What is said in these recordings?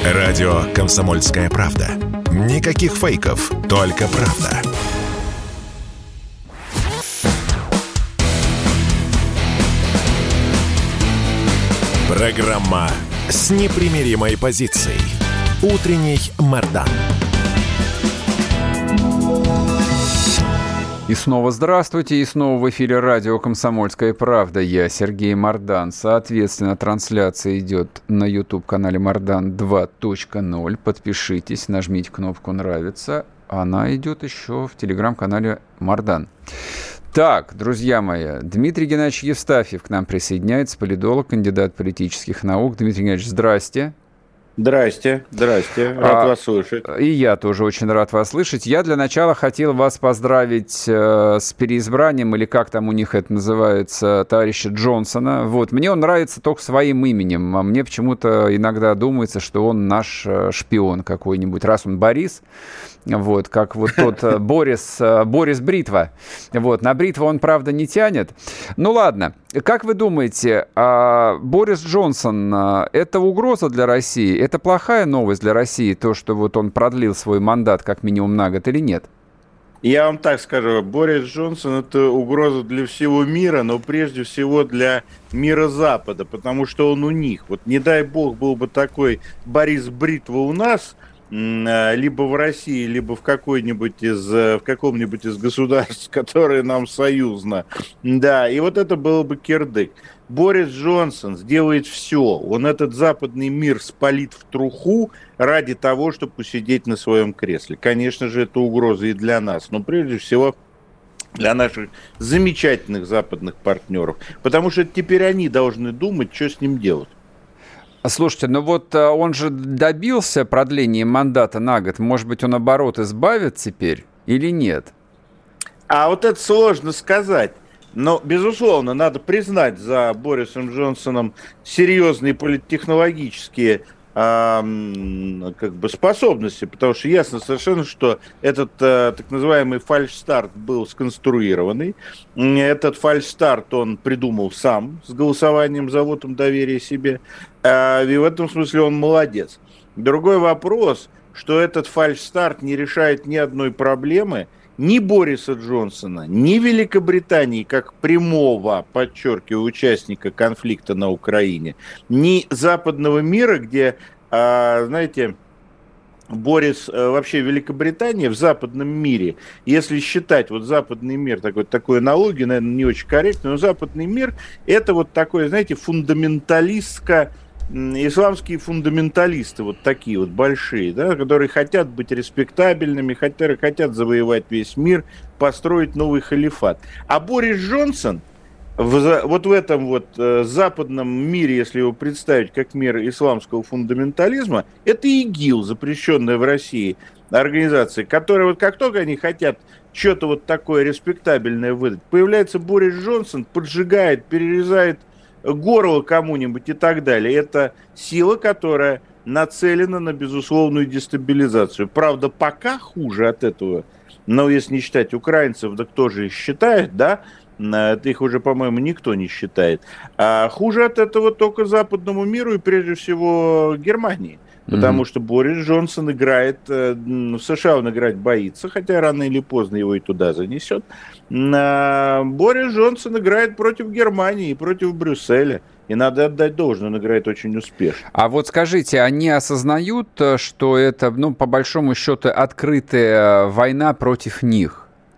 Радио «Комсомольская правда». Никаких фейков, только правда. Программа с непримиримой позицией. Утренний Мардан. И снова здравствуйте, и снова в эфире радио «Комсомольская правда». Я Сергей Мардан. Соответственно, трансляция идет на YouTube-канале Мардан 2.0. Подпишитесь, нажмите кнопку «Нравится». Она идет еще в телеграм-канале Мардан. Так, друзья мои, Дмитрий Геннадьевич Евстафьев к нам присоединяется, политолог, кандидат политических наук. Дмитрий Геннадьевич, здрасте. Здрасте. Рад вас слышать. И я тоже очень рад вас слышать. Я для начала хотел вас поздравить с переизбранием, или как там у них это называется, товарища Джонсона. Вот. Мне он нравится только своим именем, а мне почему-то иногда думается, что он наш шпион какой-нибудь, раз он Борис. Вот, как вот тот Борис Бритва. Вот, на Бритву он, правда, не тянет. Ну, ладно. Как вы думаете, Борис Джонсон – это угроза для России? Это плохая новость для России, то, что вот он продлил свой мандат как минимум на год, или нет? Я вам так скажу, Борис Джонсон – это угроза для всего мира, но прежде всего для мира Запада, потому что он у них. Вот не дай бог был бы такой Борис Бритва у нас – либо в России, либо в каком-нибудь из государств, которые нам союзно. Да, и вот это было бы кирдык. Борис Джонсон сделает все. Он этот западный мир спалит в труху ради того, чтобы усидеть на своем кресле. Конечно же, это угроза и для нас, но прежде всего для наших замечательных западных партнеров. Потому что теперь они должны думать, что с ним делать. Слушайте, ну вот он же добился продления мандата на год. Может быть, он, наоборот, избавит теперь или нет? А вот это сложно сказать. Но, безусловно, надо признать за Борисом Джонсоном серьезные политтехнологические способности, потому что ясно совершенно, что этот так называемый фальшстарт был сконструированный. Этот фальшстарт он придумал сам с голосованием за вотом доверия себе. И в этом смысле он молодец. Другой вопрос, что этот фальшстарт не решает ни одной проблемы, ни Бориса Джонсона, ни Великобритании, как прямого, подчеркиваю, участника конфликта на Украине, ни западного мира, где, знаете, Борис, вообще Великобритания в западном мире, если считать вот западный мир, такой аналогию, наверное, не очень корректно, но западный мир это вот такое, знаете, исламские фундаменталисты, вот такие вот большие, да, которые хотят быть респектабельными, хотят завоевать весь мир, построить новый халифат. А Борис Джонсон вот в этом вот западном мире, если его представить как мир исламского фундаментализма, это ИГИЛ, запрещенная в России организация, которая вот как только они хотят что-то вот такое респектабельное выдать, появляется Борис Джонсон, поджигает, перерезает горло кому-нибудь и так далее. Это сила, которая нацелена на безусловную дестабилизацию. Правда, пока хуже от этого, но если не считать украинцев, да кто же их считает, да? Это их уже, по-моему, никто не считает. А хуже от этого только западному миру и, прежде всего, Германии. Потому что Борис Джонсон играет, в США он играть боится, хотя рано или поздно его и туда занесет. Борис Джонсон играет против Германии и против Брюсселя. И надо отдать должное, он играет очень успешно. А вот скажите, они осознают, что это, по большому счету, открытая война против них?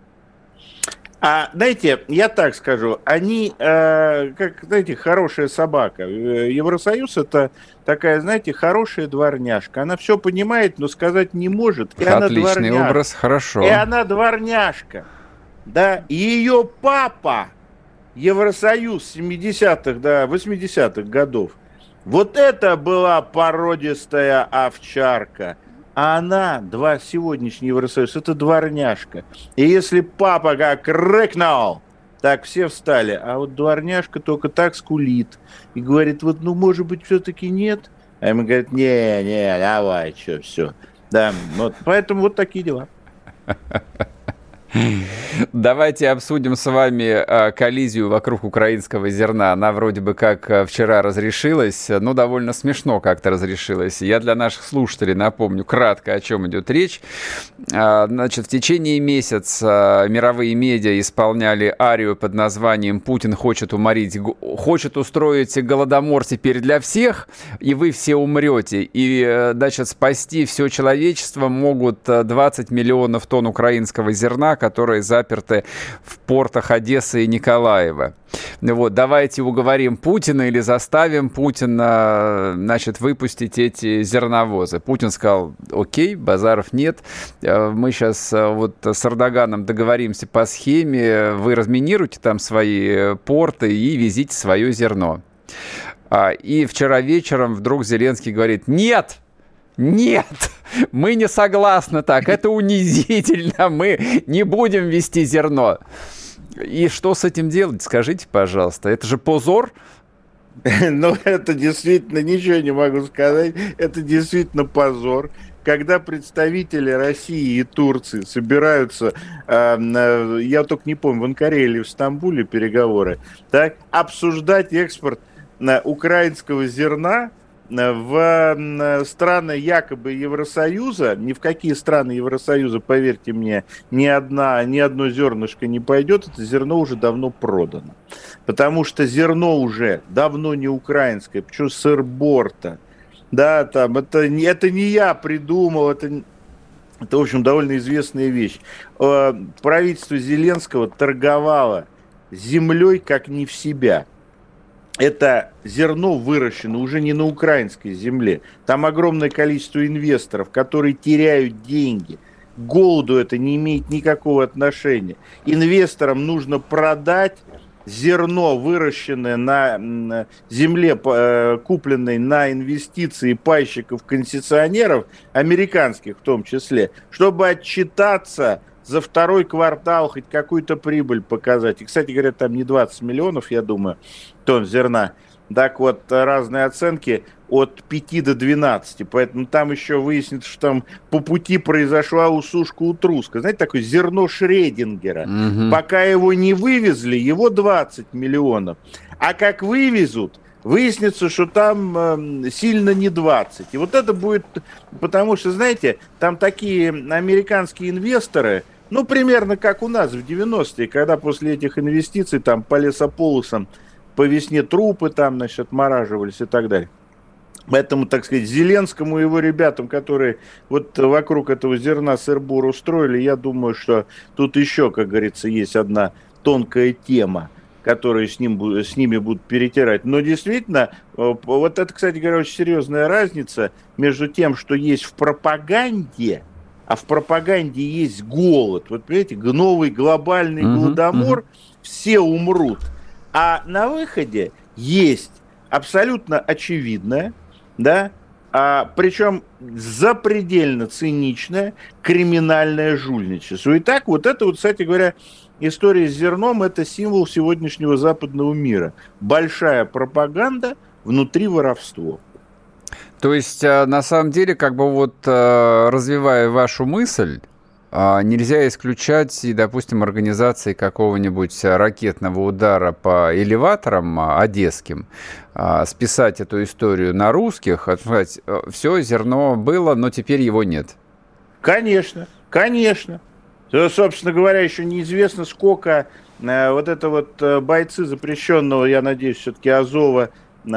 Знаете, я так скажу, они, как, знаете, хорошая собака. Евросоюз – это такая, знаете, хорошая дворняжка. Она все понимает, но сказать не может. И отличный образ, хорошо. И она дворняжка. Да, и ее папа, Евросоюз 70-х до 80-х годов, вот это была породистая овчарка. А она, сегодняшний Евросоюз, это дворняжка. И если папа как рыкнул, так все встали. А вот дворняжка только так скулит. И говорит, может быть, все-таки нет? А ему говорят, не, давай, все. Да, вот, поэтому вот такие дела. Давайте обсудим с вами коллизию вокруг украинского зерна. Она вроде бы как вчера разрешилась, но довольно смешно как-то разрешилась. Я для наших слушателей напомню кратко, о чем идет речь. Значит, в течение месяца мировые медиа исполняли арию под названием «Путин хочет устроить голодомор теперь для всех, и вы все умрете». И, значит, спасти все человечество могут 20 миллионов тонн украинского зерна, которые заперты в портах Одессы и Николаева. Вот, давайте уговорим Путина или заставим Путина, значит, выпустить эти зерновозы. Путин сказал: окей, базаров нет, мы сейчас вот с Эрдоганом договоримся по схеме, вы разминируете там свои порты и везите свое зерно. И вчера вечером вдруг Зеленский говорит: нет, мы не согласны так, это унизительно, мы не будем везти зерно. И что с этим делать, скажите, пожалуйста, это же позор. Ну, это действительно, ничего не могу сказать, это действительно позор. Когда представители России и Турции собираются, я только не помню, в Анкаре или в Стамбуле переговоры, так, обсуждать экспорт украинского зерна в страны якобы Евросоюза, ни в какие страны Евросоюза, поверьте мне, ни одно зернышко не пойдет, это зерно уже давно продано. Потому что зерно уже давно не украинское, причем сыр-борта. Да, там, это не я придумал, это, в общем, довольно известная вещь. Правительство Зеленского торговало землей как не в себя. Это зерно выращено уже не на украинской земле. Там огромное количество инвесторов, которые теряют деньги. К голоду это не имеет никакого отношения. Инвесторам нужно продать зерно, выращенное на земле, купленной на инвестиции пайщиков-концессионеров, американских в том числе, чтобы отчитаться за второй квартал, хоть какую-то прибыль показать. И, кстати говоря, там не 20 миллионов, я думаю, тонн зерна. Так вот, разные оценки от 5 до 12. Поэтому там еще выяснится, что там по пути произошла усушка утруска. Знаете, такое зерно Шредингера. Угу. Пока его не вывезли, его 20 миллионов. А как вывезут, выяснится, что там сильно не 20. И вот это будет, потому что, знаете, там такие американские инвесторы, ну, примерно как у нас в 90-е, когда после этих инвестиций там по лесополосам по весне трупы там, значит, отмораживались и так далее. Поэтому, так сказать, Зеленскому и его ребятам, которые вот вокруг этого зерна сыр-бор устроили, я думаю, что тут еще, как говорится, есть одна тонкая тема, которые с ними будут перетирать. Но действительно, вот это, кстати говоря, очень серьезная разница между тем, что есть в пропаганде, а в пропаганде есть голод. Вот, понимаете, новый глобальный голодомор, все умрут. А на выходе есть абсолютно очевидное, да, причем запредельно циничное криминальное жульничество. И так вот это вот, кстати говоря, история с зерном – это символ сегодняшнего западного мира. Большая пропаганда, внутри воровство. То есть, на самом деле, как бы вот развивая вашу мысль, нельзя исключать и, допустим, организации какого-нибудь ракетного удара по элеваторам одесским, списать эту историю на русских, сказать, все, зерно было, но теперь его нет. Конечно, конечно. Собственно говоря, еще неизвестно, сколько вот это вот бойцы запрещенного, я надеюсь, все-таки Азова,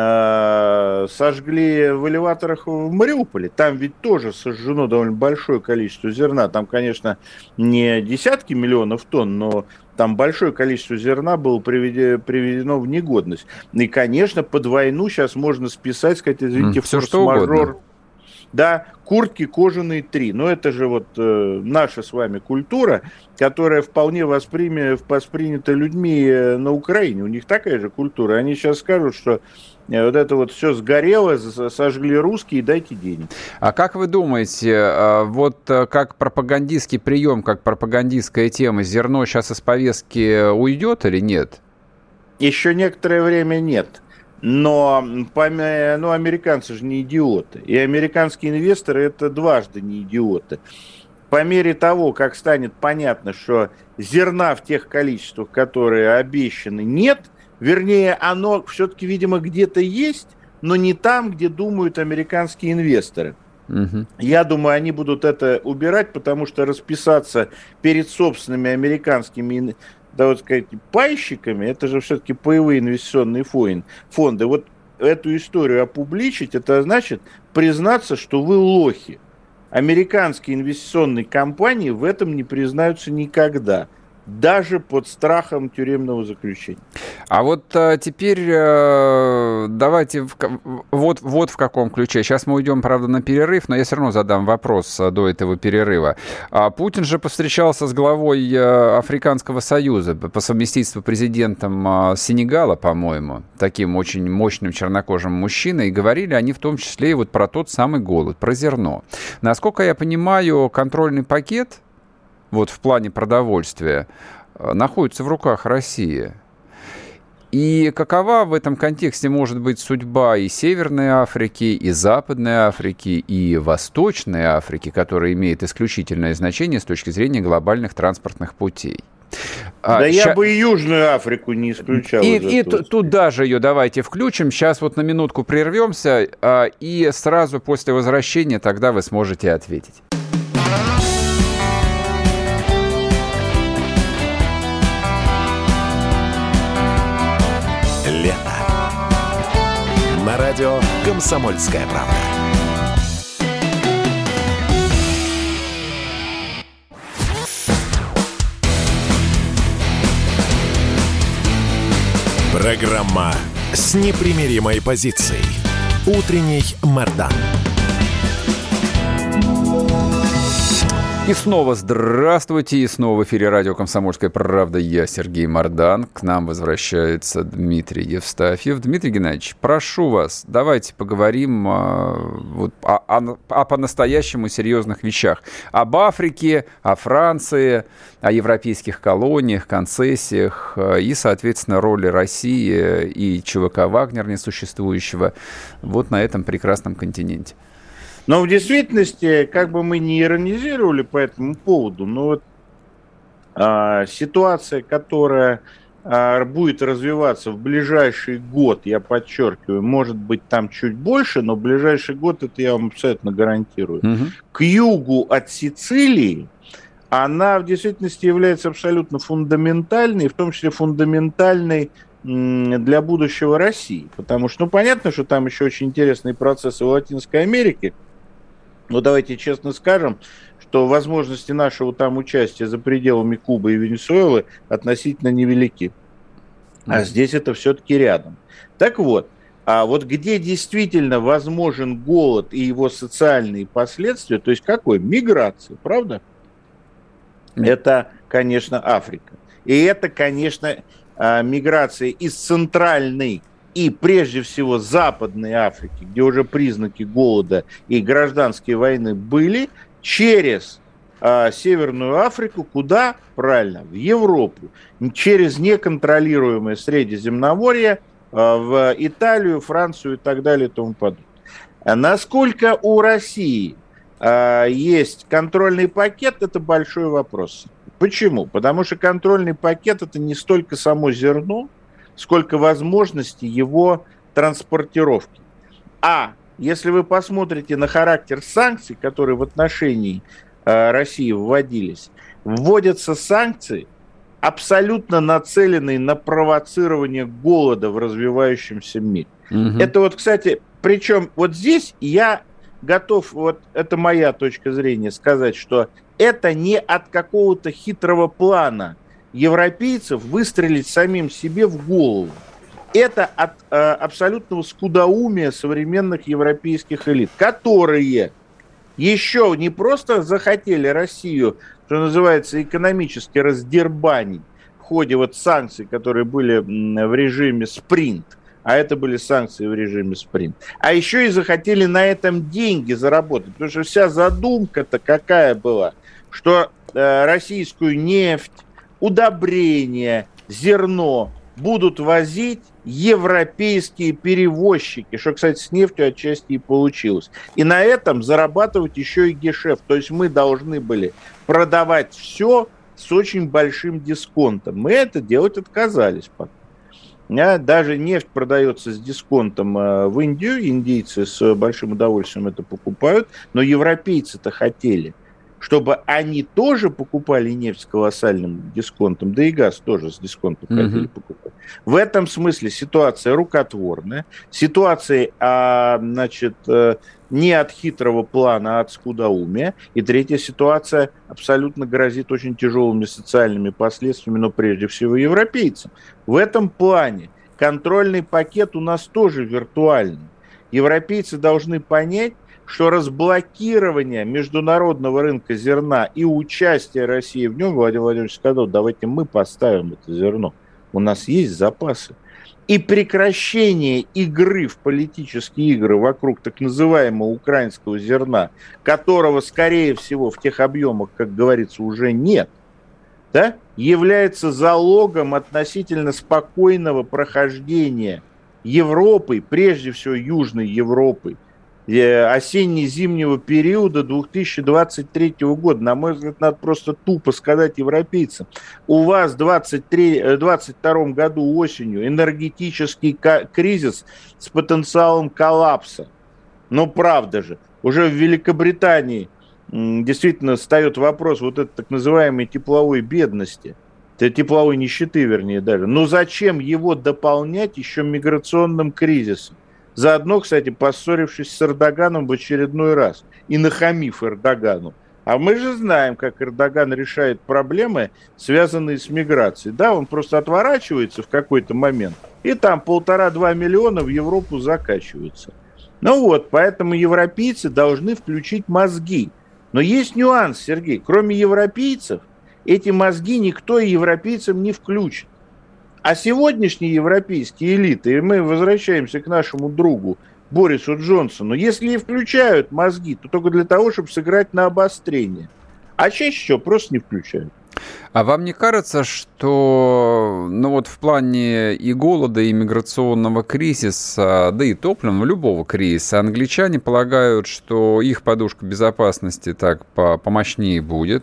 сожгли в элеваторах в Мариуполе. Там ведь тоже сожжено довольно большое количество зерна. Там, конечно, не десятки миллионов тонн, но там большое количество зерна было приведено в негодность. И, конечно, под войну сейчас можно списать, сказать, извините, форс-мажор. Да, куртки кожаные 3. Но это же вот наша с вами культура, которая вполне воспринята людьми на Украине. У них такая же культура. Они сейчас скажут, что вот это вот все сгорело, сожгли русские, дайте денег. А как вы думаете, вот как пропагандистский прием, как пропагандистская тема, зерно сейчас из повестки уйдет или нет? Еще некоторое время нет. Но американцы же не идиоты. И американские инвесторы это дважды не идиоты. по мере того, как станет понятно, что зерна в тех количествах, которые обещаны, нет, вернее, оно все-таки, видимо, где-то есть, но не там, где думают американские инвесторы. Угу. Я думаю, они будут это убирать, потому что расписаться перед собственными американскими, да, вот сказать, пайщиками, это же все-таки паевые инвестиционные фонды. Вот эту историю опубличить, это значит признаться, что вы лохи. Американские инвестиционные компании в этом не признаются никогда, даже под страхом тюремного заключения. А вот теперь давайте вот в каком ключе. Сейчас мы уйдем, правда, на перерыв, но я все равно задам вопрос до этого перерыва. Путин же повстречался с главой Африканского союза, по совместительству президентом Сенегала, по-моему, таким очень мощным чернокожим мужчиной, и говорили они в том числе и вот про тот самый голод, про зерно. Насколько я понимаю, контрольный пакет вот в плане продовольствия находится в руках России. И какова в этом контексте может быть судьба и Северной Африки, и Западной Африки, и Восточной Африки, которая имеет исключительное значение с точки зрения глобальных транспортных путей? Да я бы и Южную Африку не исключал. И тут даже ее давайте включим. Сейчас вот на минутку прервемся, и сразу после возвращения тогда вы сможете ответить. Лето. На радио «Комсомольская правда». Программа с непримиримой позицией. Утренний Мардан. И снова здравствуйте, и снова в эфире радио «Комсомольская правда». Я Сергей Мардан. К нам возвращается Дмитрий Евстафьев. Дмитрий Геннадьевич, прошу вас, давайте поговорим о по-настоящему серьезных вещах. Об Африке, о Франции, о европейских колониях, концессиях и, соответственно, роли России и ЧВК «Вагнер» несуществующего вот на этом прекрасном континенте. Но в действительности, как бы мы ни иронизировали по этому поводу, но вот ситуация, которая будет развиваться в ближайший год, я подчеркиваю, может быть там чуть больше, но в ближайший год это я вам абсолютно гарантирую. Угу. К югу от Сицилии она в действительности является абсолютно фундаментальной, в том числе фундаментальной для будущего России. Потому что, понятно, что там еще очень интересные процессы в Латинской Америке. Но давайте честно скажем, что возможности нашего там участия за пределами Кубы и Венесуэлы относительно невелики. А здесь это все-таки рядом. Так вот, а вот где действительно возможен голод и его социальные последствия, то есть какой? Миграция, правда? Это, конечно, Африка. И это, конечно, миграция из центральной и прежде всего Западной Африки, где уже признаки голода и гражданской войны были, через Северную Африку, куда? Правильно, в Европу, через неконтролируемое Средиземноморье, в Италию, Францию и так далее и тому подобное. Насколько у России есть контрольный пакет, это большой вопрос. Почему? Потому что контрольный пакет – это не столько само зерно, сколько возможности его транспортировки. А если вы посмотрите на характер санкций, которые в отношении России вводились, вводятся санкции, абсолютно нацеленные на провоцирование голода в развивающемся мире. Угу. Это вот, кстати, причем вот здесь я готов, вот это моя точка зрения, сказать, что это не от какого-то хитрого плана европейцев выстрелить самим себе в голову. Это от абсолютного скудоумия современных европейских элит, которые еще не просто захотели Россию, что называется, экономически раздербанить в ходе вот санкций, которые были в режиме спринт, а это были санкции в режиме спринт, а еще и захотели на этом деньги заработать, потому что вся задумка-то какая была, что российскую нефть, удобрения, зерно будут возить европейские перевозчики, что, кстати, с нефтью отчасти и получилось. И на этом зарабатывать еще и гешефт. То есть мы должны были продавать все с очень большим дисконтом. Мы это делать отказались пока. Даже нефть продается с дисконтом в Индию, индийцы с большим удовольствием это покупают, но европейцы-то хотели, чтобы они тоже покупали нефть с колоссальным дисконтом, да и газ тоже с дисконтом хотели покупать. В этом смысле ситуация рукотворная, ситуация, не от хитрого плана, а от скудоумия. И третья ситуация абсолютно грозит очень тяжелыми социальными последствиями, но прежде всего европейцам. В этом плане контрольный пакет у нас тоже виртуальный. Европейцы должны понять, что разблокирование международного рынка зерна и участие России в нем, Владимир Владимирович сказал, давайте мы поставим это зерно. У нас есть запасы. И прекращение игры в политические игры вокруг так называемого украинского зерна, которого, скорее всего, в тех объемах, как говорится, уже нет, да, является залогом относительно спокойного прохождения Европой, прежде всего Южной Европой, осенне-зимнего периода 2023 года. На мой взгляд, надо просто тупо сказать европейцам. У вас в 2022 году осенью энергетический кризис с потенциалом коллапса. Но правда же, уже в Великобритании действительно встает вопрос вот этой так называемой тепловой бедности, тепловой нищеты, вернее, даже. Но зачем его дополнять еще миграционным кризисом? Заодно, кстати, поссорившись с Эрдоганом в очередной раз и нахамив Эрдогану. А мы же знаем, как Эрдоган решает проблемы, связанные с миграцией. Да, он просто отворачивается в какой-то момент, и там 1,5-2 миллиона в Европу закачиваются. Ну вот, поэтому европейцы должны включить мозги. Но есть нюанс, Сергей. Кроме европейцев, эти мозги никто европейцам не включит. А сегодняшние европейские элиты, и мы возвращаемся к нашему другу Борису Джонсону, если и включают мозги, то только для того, чтобы сыграть на обострение. А чаще всего просто не включают. А вам не кажется, что в плане и голода, и миграционного кризиса, да и топливного, любого кризиса, англичане полагают, что их подушка безопасности так помощнее будет,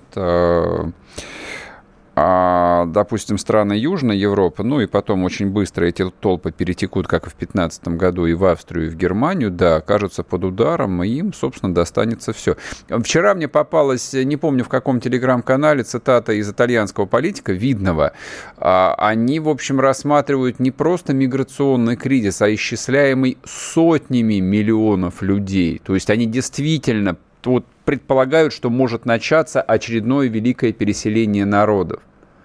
допустим, страны Южной Европы, и потом очень быстро эти толпы перетекут, как и в 2015 году, и в Австрию, и в Германию, да, окажутся под ударом, и им, собственно, достанется все. Вчера мне попалась, не помню в каком телеграм-канале, цитата из итальянского политика, видного. Они, в общем, рассматривают не просто миграционный кризис, а исчисляемый сотнями миллионов людей. То есть они действительно предполагают, что может начаться очередное великое переселение народов.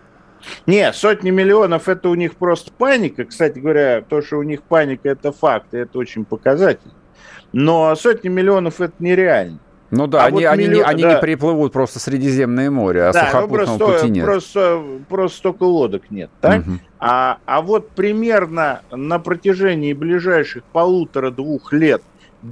Не, сотни миллионов – это у них просто паника. Кстати говоря, то, что у них паника – это факт, и это очень показательно. Но сотни миллионов – это нереально. Ну да, они не приплывут просто Средиземное море, а сухопутного пути нет. Просто столько лодок нет. Так? Угу. А вот примерно на протяжении ближайших 1,5-2 лет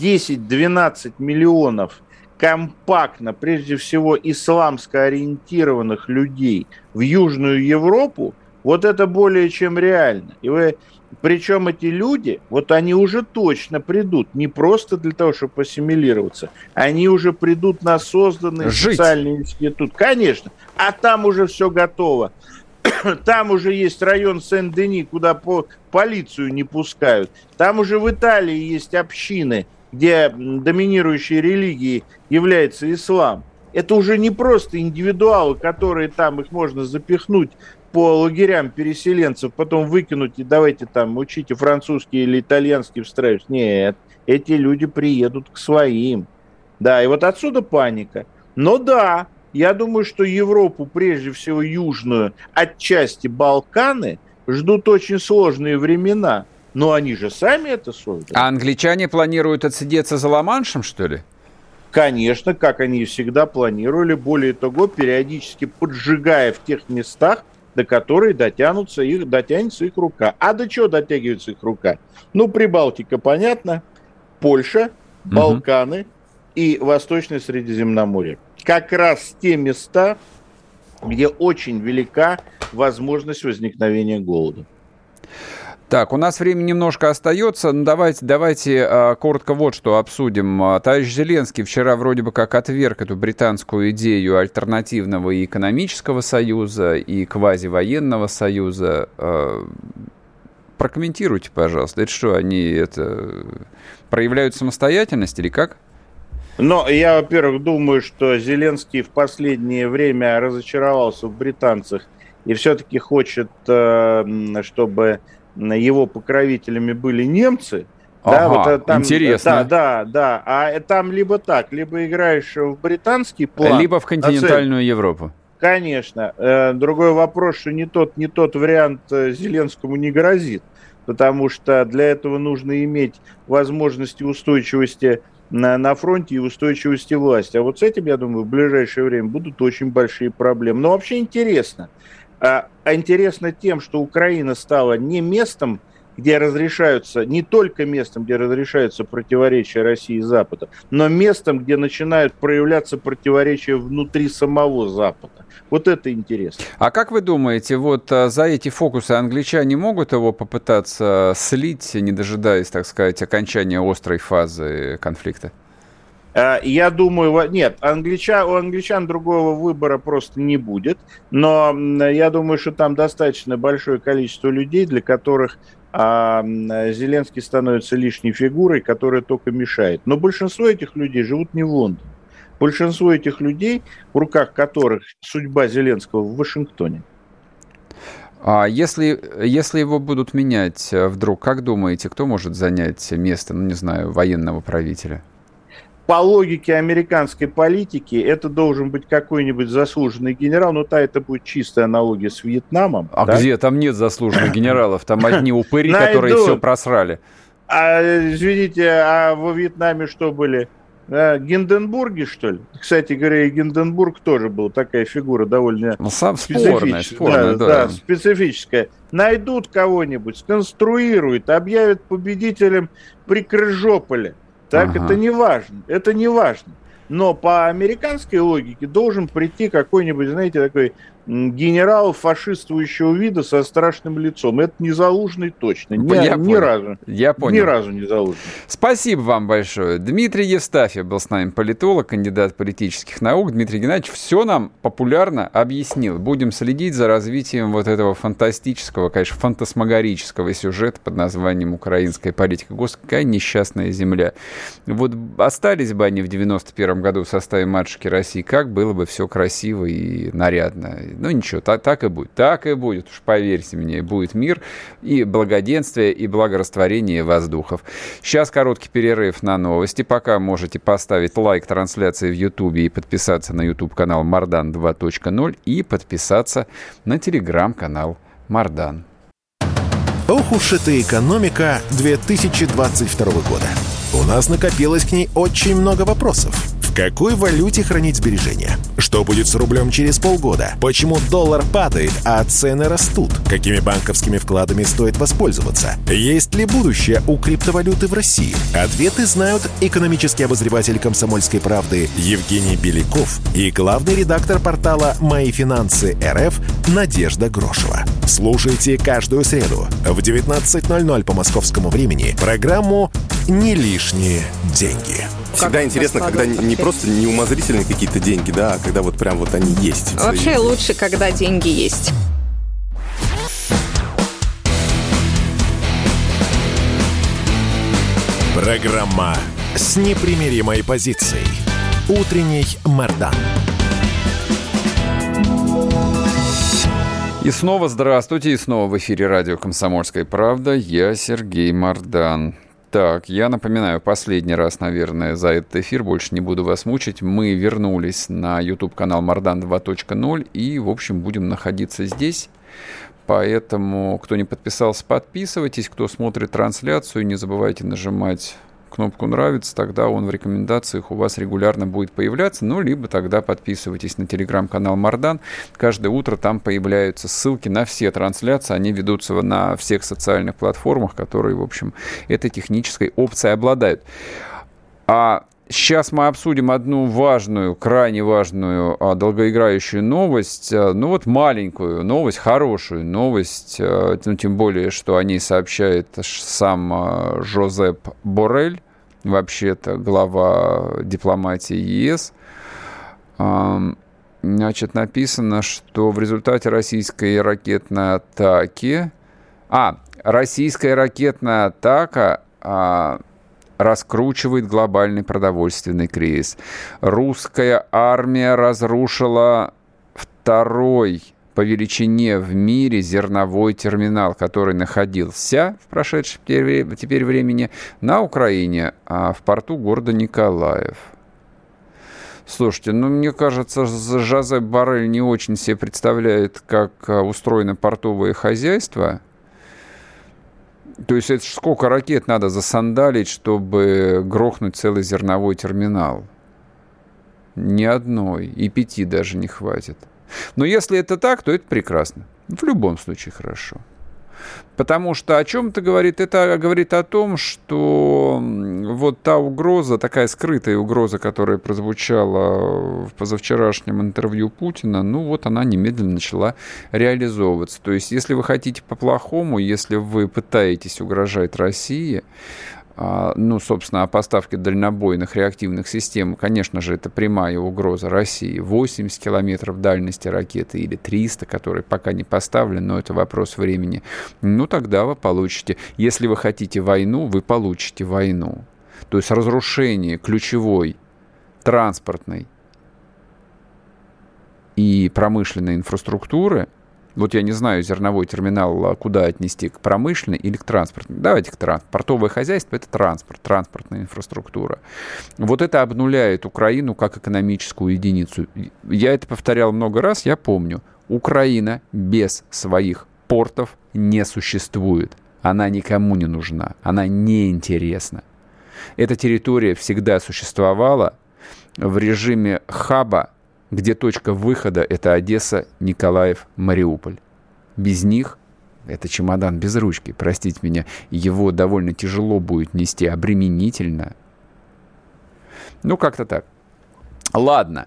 10-12 миллионов компактно, прежде всего, исламско ориентированных людей в Южную Европу, вот это более чем реально. Причем эти люди, они уже точно придут, не просто для того, чтобы ассимилироваться, они уже придут на созданный социальный институт. Конечно, а там уже все готово. Там уже есть район Сен-Дени, куда полицию не пускают. Там уже в Италии есть общины, где доминирующей религией является ислам. Это уже не просто индивидуалы, которые там, их можно запихнуть по лагерям переселенцев, потом выкинуть и давайте там учите французский или итальянский встраивать. Нет, эти люди приедут к своим. Да, и вот отсюда паника. Но да, я думаю, что Европу, прежде всего южную, отчасти Балканы, ждут очень сложные времена. Но они же сами это создали. А англичане планируют отсидеться за Ла-Маншем, что ли? Конечно, как они и всегда планировали. Более того, периодически поджигая в тех местах, до которых дотянется их рука. А до чего дотягивается их рука? Прибалтика, понятно. Польша, Балканы и Восточное Средиземноморье. Как раз те места, где очень велика возможность возникновения голода. Так, у нас время немножко остается, но давайте коротко вот что обсудим. Товарищ Зеленский вчера вроде бы как отверг эту британскую идею альтернативного и экономического союза, и квазивоенного союза. Прокомментируйте, пожалуйста. Это что, они проявляют самостоятельность или как? Но я, во-первых, думаю, что Зеленский в последнее время разочаровался в британцах и все-таки хочет, чтобы его покровителями были немцы. Ага, да, вот там, интересно. Да. А там либо так, либо играешь в британский план. Либо в континентальную Европу. Конечно. Другой вопрос, что не тот вариант Зеленскому не грозит. Потому что для этого нужно иметь возможности устойчивости на фронте и устойчивости власти. А вот с этим, я думаю, в ближайшее время будут очень большие проблемы. Но вообще интересно. Интересно тем, что Украина стала не местом, где разрешаются, не только местом, где разрешаются противоречия России и Запада, но местом, где начинают проявляться противоречия внутри самого Запада. Вот это интересно. А как вы думаете, вот за эти фокусы англичане могут его попытаться слить, не дожидаясь, так сказать, окончания острой фазы конфликта? Я думаю, нет, у англичан другого выбора просто не будет, но я думаю, что там достаточно большое количество людей, для которых Зеленский становится лишней фигурой, которая только мешает. Но большинство этих людей живут не в Лондоне. Большинство этих людей, в руках которых судьба Зеленского в Вашингтоне. А если его будут менять вдруг, как думаете, кто может занять место, военного правителя? По логике американской политики, это должен быть какой-нибудь заслуженный генерал, но это будет чистая аналогия с Вьетнамом. А где? Там нет заслуженных генералов, там одни упыри, которые все просрали. Извините, а во Вьетнаме что были? Гинденбурги, что ли? Кстати говоря, и Гинденбург тоже был такая фигура довольно спорная, да, специфическая. Найдут кого-нибудь, сконструируют, объявят победителем при Крыжополе. Так, это не важно. Но по американской логике должен прийти какой-нибудь, знаете, такой генерал фашистующего вида со страшным лицом. Это не Залужный точно. Ни разу. Я понял. Ни разу не Залужный. Спасибо вам большое. Дмитрий Евстафьев был с нами, политолог, кандидат политических наук. Дмитрий Геннадьевич все нам популярно объяснил. Будем следить за развитием вот этого фантастического, конечно, фантасмагорического сюжета под названием «Украинская политика». Господи, какая несчастная земля. Вот остались бы они в 91 году в составе матушки России, как было бы все красиво и нарядно. Ну ничего, так и будет. Так и будет, уж поверьте мне, будет мир и благоденствие, и благорастворение воздухов. Сейчас короткий перерыв на новости. Пока можете поставить лайк трансляции в Ютубе и подписаться на YouTube-канал Мардан 2.0 и подписаться на телеграм-канал Мардан. Ох уж эта экономика 2022 года. У нас накопилось к ней очень много вопросов. В какой валюте хранить сбережения? Что будет с рублем через полгода? Почему доллар падает, а цены растут? Какими банковскими вкладами стоит воспользоваться? Есть ли будущее у криптовалюты в России? Ответы знают экономический обозреватель «Комсомольской правды» Евгений Беляков и главный редактор портала «Мои финансы РФ» Надежда Грошева. Слушайте каждую среду в 19:00 по московскому времени программу «Не лишние деньги». Всегда интересно, когда не просто неумозрительные какие-то деньги, да, а когда вот прям вот они есть. Вообще лучше, когда деньги есть. Программа с непримиримой позицией. Утренний Мардан. И снова здравствуйте, и снова в эфире радио «Комсомольская правда». Я Сергей Мардан. Так, я напоминаю, последний раз, наверное, за этот эфир, больше не буду вас мучить. Мы вернулись на YouTube-канал Мардан 2.0 и, в общем, будем находиться здесь. Поэтому, кто не подписался, подписывайтесь. Кто смотрит трансляцию, не забывайте нажимать кнопку «Нравится», тогда он в рекомендациях у вас регулярно будет появляться, ну, либо тогда подписывайтесь на телеграм-канал Мардан. Каждое утро там появляются ссылки на все трансляции, они ведутся на всех социальных платформах, которые, в общем, этой технической опцией обладают. Сейчас мы обсудим одну важную, крайне важную, долгоиграющую новость. Ну вот маленькую новость, хорошую новость. Ну, тем более, что о ней сообщает сам Жозеп Боррель, вообще-то глава дипломатии ЕС. Значит, написано, что в результате российской ракетной атаки... Российская ракетная атака... раскручивает глобальный продовольственный кризис. Русская армия разрушила второй по величине в мире зерновой терминал, который находился в прошедшем теперь времени на Украине, в порту города Николаев. Слушайте, мне кажется, Жозеп Боррель не очень себе представляет, как устроено портовое хозяйство. То есть это сколько ракет надо засандалить, чтобы грохнуть целый зерновой терминал? Ни одной, и 5 даже не хватит. Но если это так, то это прекрасно. В любом случае хорошо. Потому что о чем это говорит? Это говорит о том, что вот та угроза, такая скрытая угроза, которая прозвучала в позавчерашнем интервью Путина, вот она немедленно начала реализовываться. То есть, если вы хотите по-плохому, если вы пытаетесь угрожать России, собственно, о поставке дальнобойных реактивных систем, конечно же, это прямая угроза России. 80 километров дальности ракеты или 300, которые пока не поставлены, но это вопрос времени. Тогда вы получите. Если вы хотите войну, вы получите войну. То есть разрушение ключевой транспортной и промышленной инфраструктуры. Вот я не знаю, зерновой терминал куда отнести, к промышленной или к транспортной. Давайте к транспорту. Портовое хозяйство – это транспорт, транспортная инфраструктура. Вот это обнуляет Украину как экономическую единицу. Я это повторял много раз, я помню. Украина без своих портов не существует. Она никому не нужна, она неинтересна. Эта территория всегда существовала в режиме хаба, где точка выхода – это Одесса, Николаев, Мариуполь. Без них это чемодан без ручки, простите меня, его довольно тяжело будет нести, обременительно. Как-то так. Ладно.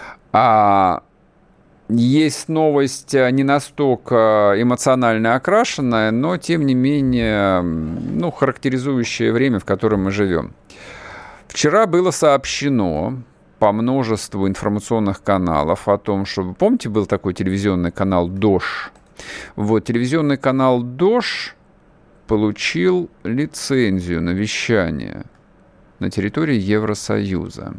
Есть новость не настолько эмоционально окрашенная, но, тем не менее, характеризующая время, в котором мы живем. Вчера было сообщено по множеству информационных каналов о том, что... Помните, был такой телевизионный канал «Дождь»? Вот, телевизионный канал «Дождь» получил лицензию на вещание на территории Евросоюза.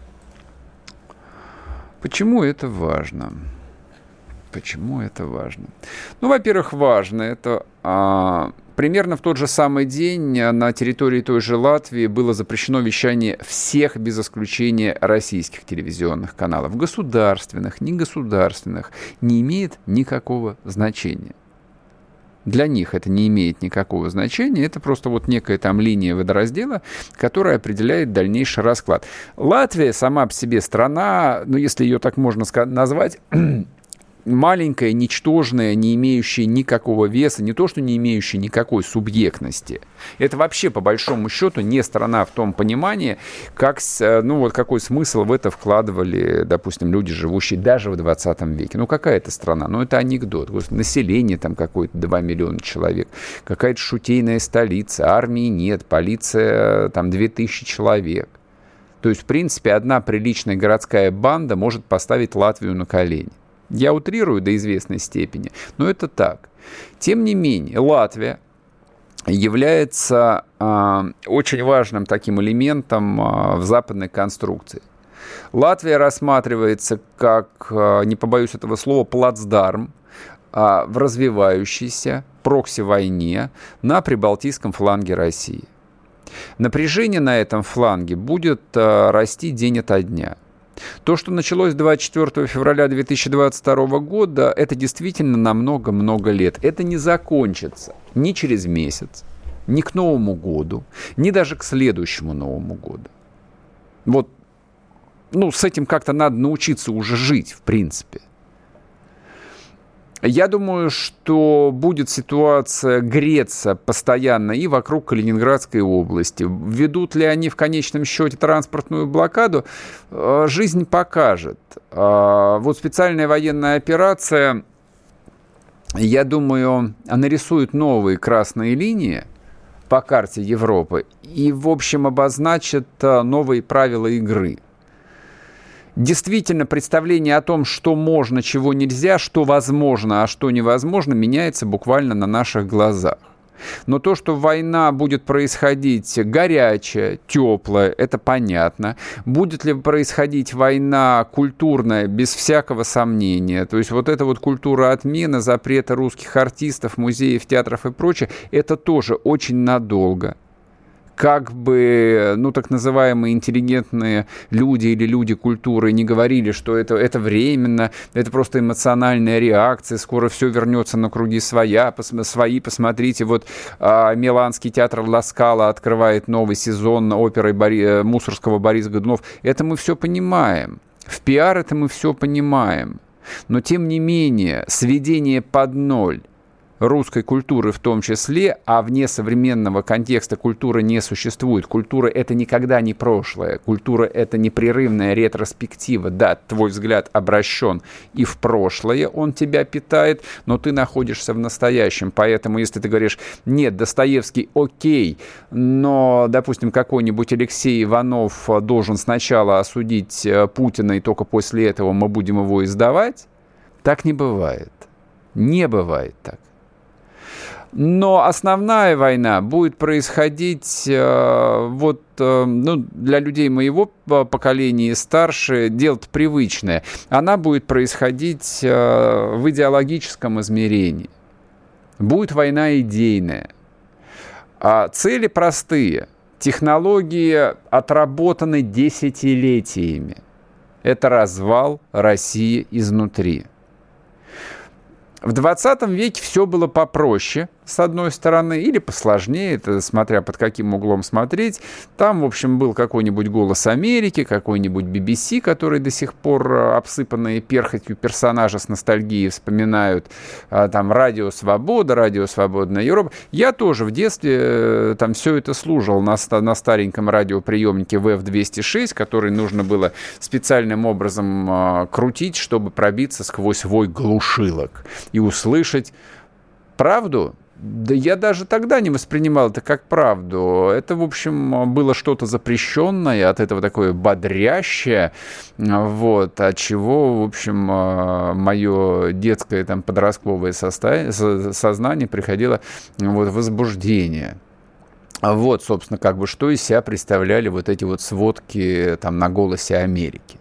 Почему это важно? Почему это важно? Во-первых, важно это... Примерно в тот же самый день на территории той же Латвии было запрещено вещание всех, без исключения, российских телевизионных каналов. Государственных, негосударственных. Не имеет никакого значения. Для них это не имеет никакого значения. Это просто некая там линия водораздела, которая определяет дальнейший расклад. Латвия сама по себе страна, если ее так можно назвать... маленькая, ничтожная, не имеющая никакого веса, не то, что не имеющая никакой субъектности. Это вообще, по большому счету, не страна в том понимании, как, какой смысл в это вкладывали, допустим, люди, живущие даже в 20 веке. Какая это страна? Это анекдот. Население там какое-то 2 миллиона человек. Какая-то шутейная столица. Армии нет. Полиция там 2000 человек. То есть, в принципе, одна приличная городская банда может поставить Латвию на колени. Я утрирую до известной степени, но это так. Тем не менее, Латвия является очень важным таким элементом в западной конструкции. Латвия рассматривается как, не побоюсь этого слова, плацдарм в развивающейся прокси-войне на прибалтийском фланге России. Напряжение на этом фланге будет расти день ото дня. То, что началось 24 февраля 2022 года, это действительно на много-много лет. Это не закончится ни через месяц, ни к Новому году, ни даже к следующему Новому году. С этим как-то надо научиться уже жить, в принципе. Я думаю, что будет ситуация греться постоянно и вокруг Калининградской области. Введут ли они в конечном счете транспортную блокаду, жизнь покажет. Вот специальная военная операция, я думаю, нарисует новые красные линии по карте Европы и, в общем, обозначит новые правила игры. Действительно, представление о том, что можно, чего нельзя, что возможно, а что невозможно, меняется буквально на наших глазах. Но то, что война будет происходить горячая, теплая, это понятно. Будет ли происходить война культурная, без всякого сомнения. То есть вот эта вот культура отмены, запрета русских артистов, музеев, театров и прочее, это тоже очень надолго. Как бы, так называемые интеллигентные люди или люди культуры не говорили, что это временно, это просто эмоциональная реакция, скоро все вернется на круги свои. Посмотрите, вот Миланский театр Ла Скала открывает новый сезон оперы Мусоргского «Борис Годунов». Это мы все понимаем. В пиар это мы все понимаем. Но, тем не менее, сведение под ноль русской культуры в том числе, а вне современного контекста культуры не существует. Культура — это никогда не прошлое. Культура — это непрерывная ретроспектива. Да, твой взгляд обращен и в прошлое, он тебя питает, но ты находишься в настоящем. Поэтому, если ты говоришь, нет, Достоевский окей, но, допустим, какой-нибудь Алексей Иванов должен сначала осудить Путина, и только после этого мы будем его издавать, так не бывает. Не бывает так. Но основная война будет происходить для людей моего поколения и старше, дело-то привычное. Она будет происходить в идеологическом измерении. Будет война идейная. Цели простые. Технологии отработаны десятилетиями. Это развал России изнутри. В 20 веке все было попроще, с одной стороны, или посложнее, это смотря под каким углом смотреть. Там, в общем, был какой-нибудь «Голос Америки», какой-нибудь BBC, который до сих пор обсыпанные перхотью персонажи с ностальгией вспоминают. Там «Радио Свобода», «Радио Свободная Европа». Я тоже в детстве там все это слушал на стареньком радиоприемнике VF-206, который нужно было специальным образом крутить, чтобы пробиться сквозь вой глушилок и услышать правду. Да я даже тогда не воспринимал это как правду. Это, в общем, было что-то запрещенное, от этого такое бодрящее, от чего, в общем, мое детское подростковое сознание приходило в возбуждение. Собственно, что из себя представляли вот эти вот сводки на «Голосе Америки».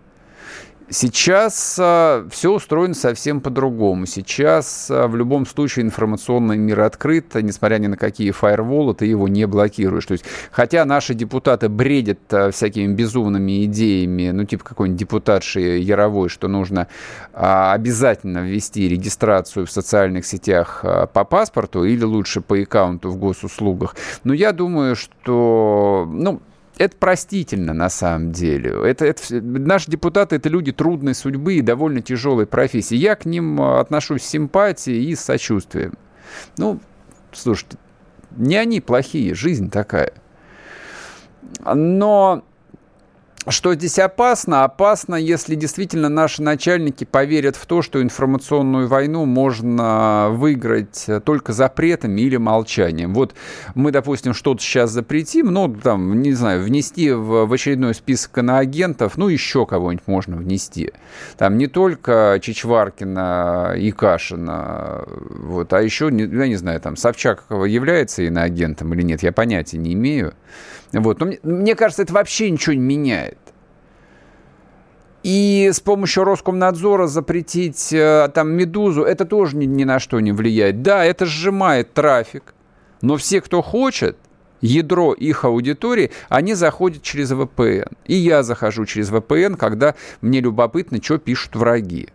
Сейчас все устроено совсем по-другому. Сейчас в любом случае информационный мир открыт, несмотря ни на какие фаерволы, ты его не блокируешь. То есть, хотя наши депутаты бредят всякими безумными идеями, типа какой-нибудь депутатши Яровой, что нужно обязательно ввести регистрацию в социальных сетях по паспорту или лучше по аккаунту в госуслугах. Но я думаю, что... это простительно на самом деле. Наши депутаты — это люди трудной судьбы и довольно тяжелой профессии. Я к ним отношусь с симпатией и с сочувствием. Слушайте, не они плохие, жизнь такая. Но что здесь опасно? Опасно, если действительно наши начальники поверят в то, что информационную войну можно выиграть только запретами или молчанием. Вот мы, допустим, что-то сейчас запретим, внести в очередной список иноагентов, еще кого-нибудь можно внести. Там не только Чичваркина и Кашина, а еще, я не знаю, Собчак является иноагентом или нет, я понятия не имею. Но мне кажется, это вообще ничего не меняет. И с помощью Роскомнадзора запретить «Медузу» это тоже ни на что не влияет. Да, это сжимает трафик, но все, кто хочет, ядро их аудитории, они заходят через VPN. И я захожу через VPN, когда мне любопытно, что пишут враги.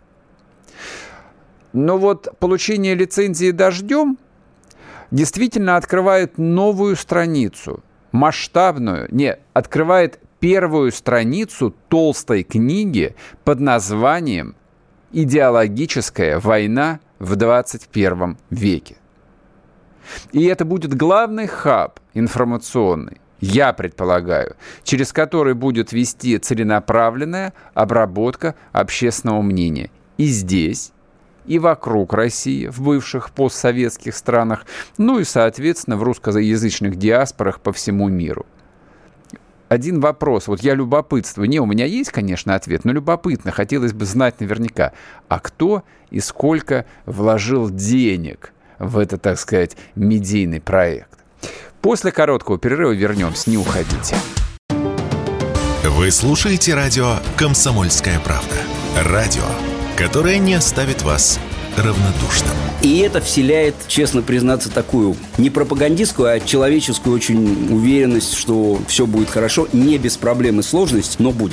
Но получение лицензии «Дождем» действительно открывает новую страницу. Масштабную, открывает первую страницу толстой книги под названием «Идеологическая война в 21 веке. И это будет главный хаб информационный, я предполагаю, через который будет вести целенаправленная обработка общественного мнения. И здесь, и вокруг России, в бывших постсоветских странах, ну и, соответственно, в русскоязычных диаспорах по всему миру. Один вопрос, вот я любопытствую, у меня есть, конечно, ответ, но любопытно, хотелось бы знать наверняка, а кто и сколько вложил денег в этот, так сказать, медийный проект. После короткого перерыва вернемся, не уходите. Вы слушаете радио «Комсомольская правда». Радио, которое не оставит вас равнодушным. И это вселяет, честно признаться, такую не пропагандистскую, а человеческую очень уверенность, что все будет хорошо, не без проблем и сложностей, но будет.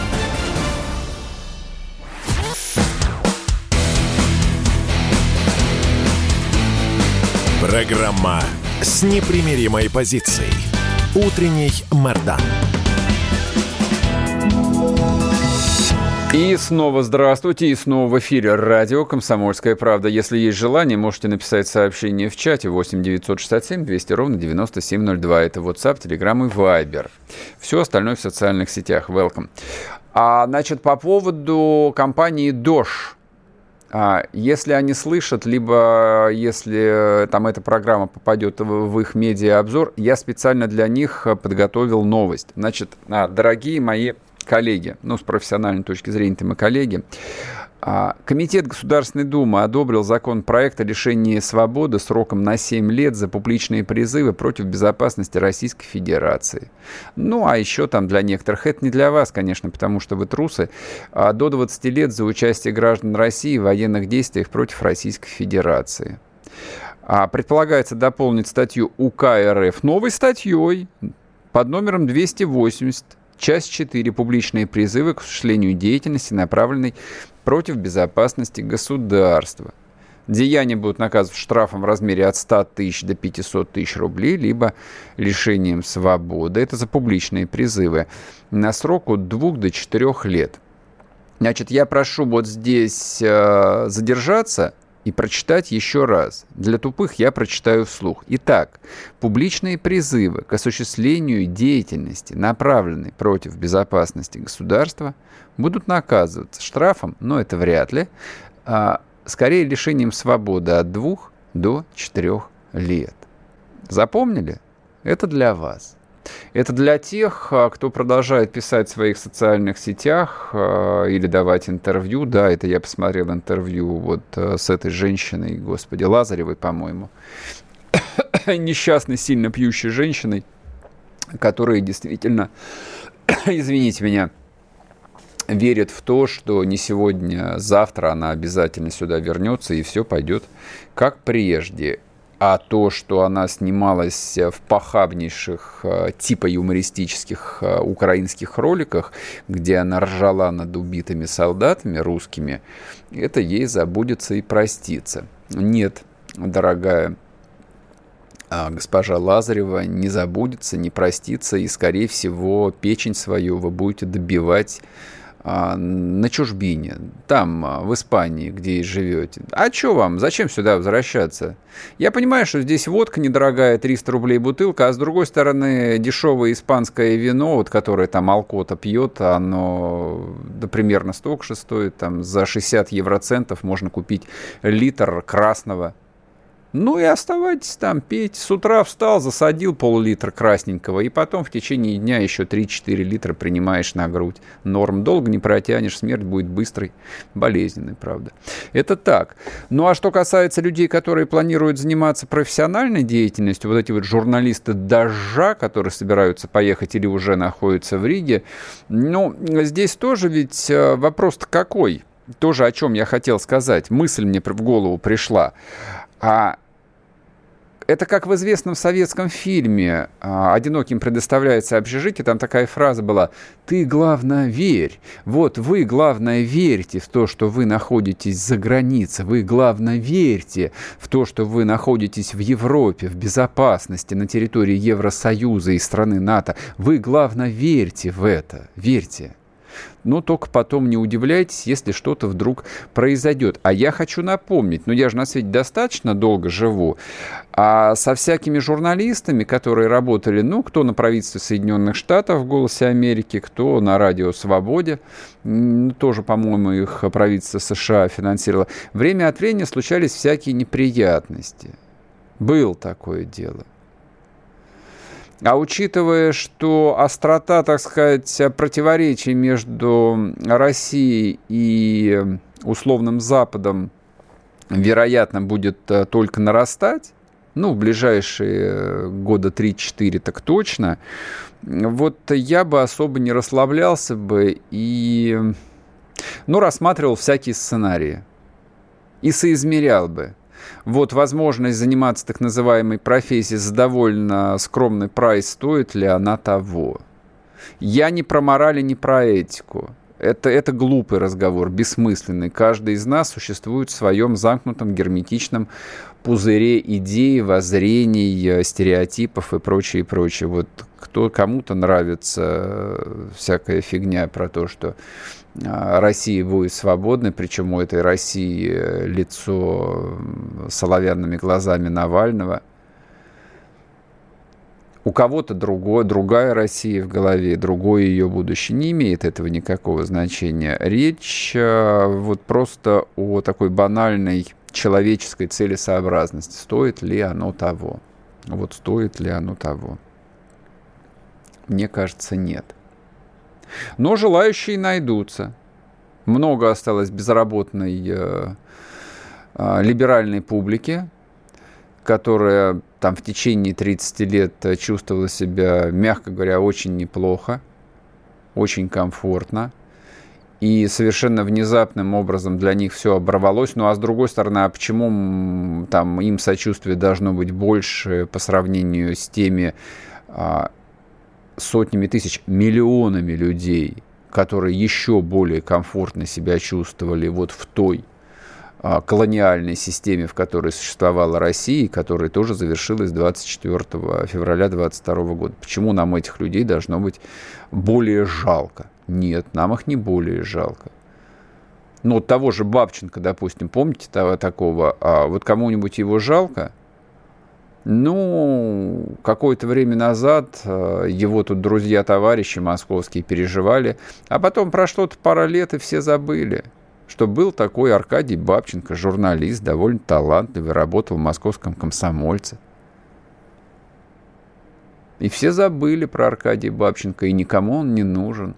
Программа с непримиримой позицией. Утренний Мордан. И снова здравствуйте, и снова в эфире радио «Комсомольская правда». Если есть желание, можете написать сообщение в чате 8 967 200 ровно 9702. Это WhatsApp, Telegram и Viber. Все остальное в социальных сетях. Welcome. Значит, по поводу компании «Дождь». Если они слышат, либо если там эта программа попадет в их медиа-обзор, я специально для них подготовил новость. Значит, дорогие мои коллеги, с профессиональной точки зрения-то мы коллеги, Комитет Государственной Думы одобрил законопроект о лишении свободы сроком на 7 лет за публичные призывы против безопасности Российской Федерации. А еще там для некоторых, это не для вас, конечно, потому что вы трусы, до 20 лет за участие граждан России в военных действиях против Российской Федерации. Предполагается дополнить статью УК РФ новой статьей под номером 280. Часть 4. Публичные призывы к осуществлению деятельности, направленной против безопасности государства. Деяния будут наказаны штрафом в размере от 100 тысяч до 500 тысяч рублей, либо лишением свободы. Это за публичные призывы на срок от 2 до 4 лет. Значит, я прошу вот здесь задержаться и прочитать еще раз. Для тупых я прочитаю вслух. Итак, публичные призывы к осуществлению деятельности, направленной против безопасности государства, будут наказываться штрафом, но это вряд ли, скорее лишением свободы от 2 до 4 лет. Запомнили? Это для вас. Это для тех, кто продолжает писать в своих социальных сетях или давать интервью. Да, это я посмотрел интервью вот с этой женщиной, господи, Лазаревой, по-моему. Несчастной, сильно пьющей женщиной, которая действительно, извините меня, верит в то, что не сегодня, завтра она обязательно сюда вернется и все пойдет как прежде. А то, что она снималась в похабнейших типа юмористических украинских роликах, где она ржала над убитыми солдатами русскими, это ей забудется и простится. Нет, дорогая госпожа Лазарева, не забудется, не простится, и, скорее всего, печень свою вы будете добивать на чужбине, там, в Испании, где и живете. А что вам? Зачем сюда возвращаться? Я понимаю, что здесь водка недорогая, 300 рублей бутылка, а с другой стороны, дешевое испанское вино, вот, которое там Алкота пьет, оно примерно столько же стоит, там, за 60 евроцентов можно купить литр красного. И оставайтесь там, пейте. С утра встал, засадил пол-литра красненького, и потом в течение дня еще 3-4 литра принимаешь на грудь. Норм. Долго не протянешь, смерть будет быстрой, болезненной, правда. Это так. А что касается людей, которые планируют заниматься профессиональной деятельностью, вот эти вот журналисты «Дождя», которые собираются поехать или уже находятся в Риге, здесь тоже ведь вопрос-то какой? Тоже о чем я хотел сказать. Мысль мне в голову пришла. Это как в известном советском фильме «Одиноким предоставляется общежитие», там такая фраза была: «Ты, главное, верь». Вот вы, главное, верьте в то, что вы находитесь за границей. Вы, главное, верьте в то, что вы находитесь в Европе, в безопасности, на территории Евросоюза и страны НАТО. Вы, главное, верьте в это. Верьте. Но только потом не удивляйтесь, если что-то вдруг произойдет. А я хочу напомнить, я же на свете достаточно долго живу, а со всякими журналистами, которые работали, кто на правительстве Соединенных Штатов в «Голосе Америки», кто на радио «Свободе», тоже, по-моему, их правительство США финансировало, время от времени случались всякие неприятности. Было такое дело. А учитывая, что острота, так сказать, противоречий между Россией и условным Западом, вероятно, будет только нарастать, в ближайшие года 3-4 так точно, я бы особо не расслаблялся бы и, рассматривал всякие сценарии и соизмерял бы. Возможность заниматься так называемой профессией за довольно скромный прайс, стоит ли она того. Я не про мораль и не про этику. Это глупый разговор, бессмысленный. Каждый из нас существует в своем замкнутом герметичном пузыре идей, воззрений, стереотипов и прочее, прочее. Кому-то нравится всякая фигня про то, что Россия будет свободной, причем у этой России лицо с оловянными глазами Навального. У кого-то другая Россия в голове, другое ее будущее. Не имеет этого никакого значения. Речь просто о такой банальной человеческой целесообразности. Стоит ли оно того? Стоит ли оно того? Мне кажется, нет. Но желающие найдутся. Много осталось безработной либеральной публики, которая в течение 30 лет чувствовала себя, мягко говоря, очень неплохо, очень комфортно. И совершенно внезапным образом для них все оборвалось. А с другой стороны, а почему им сочувствие должно быть больше по сравнению с теми сотнями тысяч, миллионами людей, которые еще более комфортно себя чувствовали в той колониальной системе, в которой существовала Россия, которая тоже завершилась 24 февраля 2022 года. Почему нам этих людей должно быть более жалко? Нет, нам их не более жалко. Того же Бабченко, допустим, помните такого? Кому-нибудь его жалко? Какое-то время назад его тут друзья, товарищи московские переживали, а потом прошло пара лет, и все забыли, что был такой Аркадий Бабченко, журналист, довольно талантливый, работал в московском «Комсомольце». И все забыли про Аркадия Бабченко, и никому он не нужен.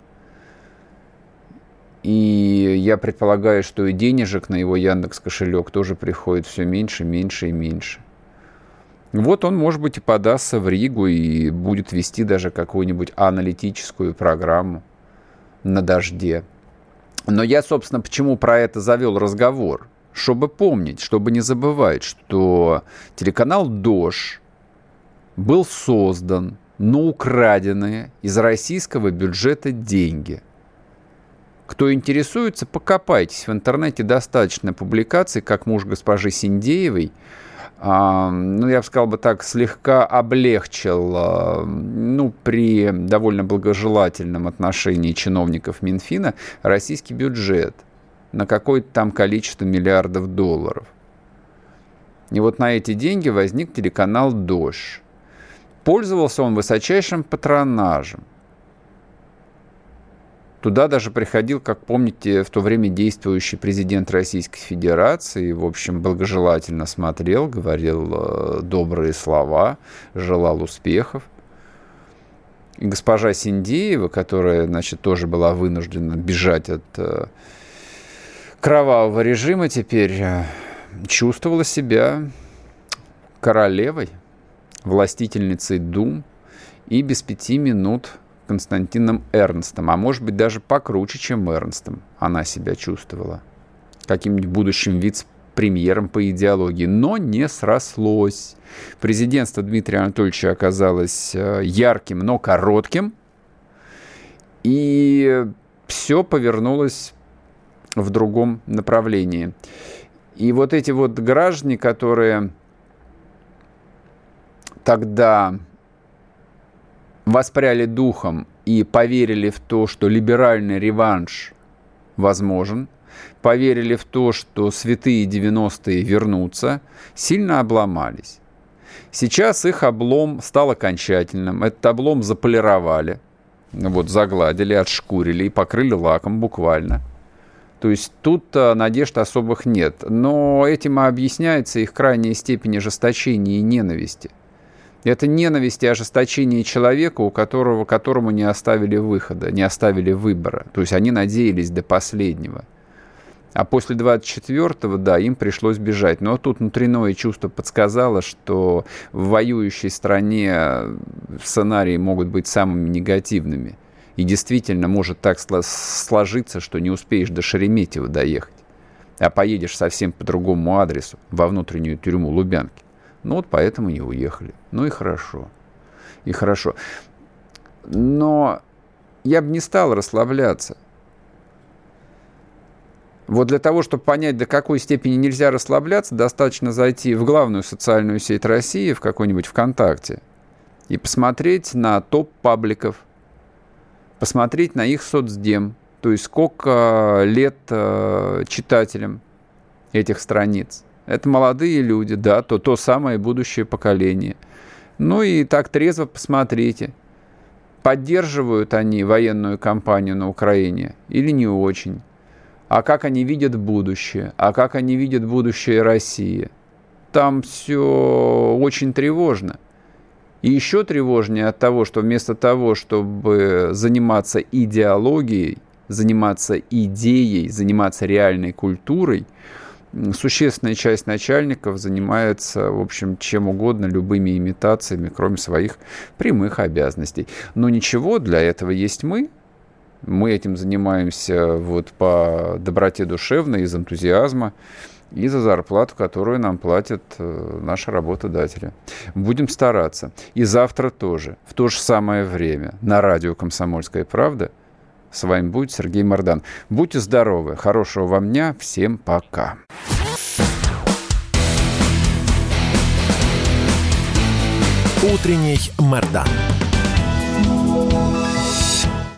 И я предполагаю, что и денежек на его Яндекс.Кошелек тоже приходит все меньше, меньше и меньше. Он, может быть, и подастся в Ригу и будет вести даже какую-нибудь аналитическую программу на «Дожде». Но я, собственно, почему про это завел разговор? Чтобы помнить, чтобы не забывать, что телеканал «Дождь» был создан на украденные из российского бюджета деньги. Кто интересуется, покопайтесь. В интернете достаточно публикаций, как муж госпожи Синдеевой, я бы сказал так, слегка облегчил, при довольно благожелательном отношении чиновников Минфина российский бюджет на какое-то количество миллиардов долларов. И на эти деньги возник телеканал «Дождь». Пользовался он высочайшим патронажем. Туда даже приходил, как помните, в то время действующий президент Российской Федерации, в общем, благожелательно смотрел, говорил добрые слова, желал успехов. И госпожа Синдеева, которая, тоже была вынуждена бежать от кровавого режима, теперь чувствовала себя королевой, властительницей дум, и без 5 минут Константином Эрнстом, а может быть даже покруче, чем Эрнстом она себя чувствовала. Каким-нибудь будущим вице-премьером по идеологии. Но не срослось. Президентство Дмитрия Анатольевича оказалось ярким, но коротким. И все повернулось в другом направлении. И эти граждане, которые тогда воспряли духом и поверили в то, что либеральный реванш возможен, поверили в то, что святые 90-е вернутся, сильно обломались. Сейчас их облом стал окончательным. Этот облом заполировали, загладили, отшкурили и покрыли лаком буквально. То есть тут надежд особых нет. Но этим объясняется их крайняя степень ожесточения и ненависти. Это ненависть и ожесточение человека, которому не оставили выхода, не оставили выбора. То есть они надеялись до последнего. А после 24-го, да, им пришлось бежать. Но тут внутреннее чувство подсказало, что в воюющей стране сценарии могут быть самыми негативными. И действительно может так сложиться, что не успеешь до Шереметьево доехать, а поедешь совсем по другому адресу, во внутреннюю тюрьму Лубянки. Поэтому не уехали. И хорошо. И хорошо. Но я бы не стал расслабляться. Для того, чтобы понять, до какой степени нельзя расслабляться, достаточно зайти в главную социальную сеть России, в какой-нибудь ВКонтакте, и посмотреть на топ пабликов, посмотреть на их соцдем, то есть сколько лет читателям этих страниц. Это молодые люди, да, то самое будущее поколение. И так трезво посмотрите, поддерживают они военную кампанию на Украине или не очень. А как они видят будущее? А как они видят будущее России? Там все очень тревожно. И еще тревожнее от того, что вместо того, чтобы заниматься идеологией, заниматься идеей, заниматься реальной культурой, существенная часть начальников занимается, в общем, чем угодно, любыми имитациями, кроме своих прямых обязанностей. Но ничего, для этого есть мы. Мы этим занимаемся по доброте душевной, из энтузиазма и за зарплату, которую нам платят наши работодатели. Будем стараться. И завтра тоже, в то же самое время, на радио «Комсомольская правда». С вами будет Сергей Мордан. Будьте здоровы, хорошего вам дня, всем пока. Утренний Мордан.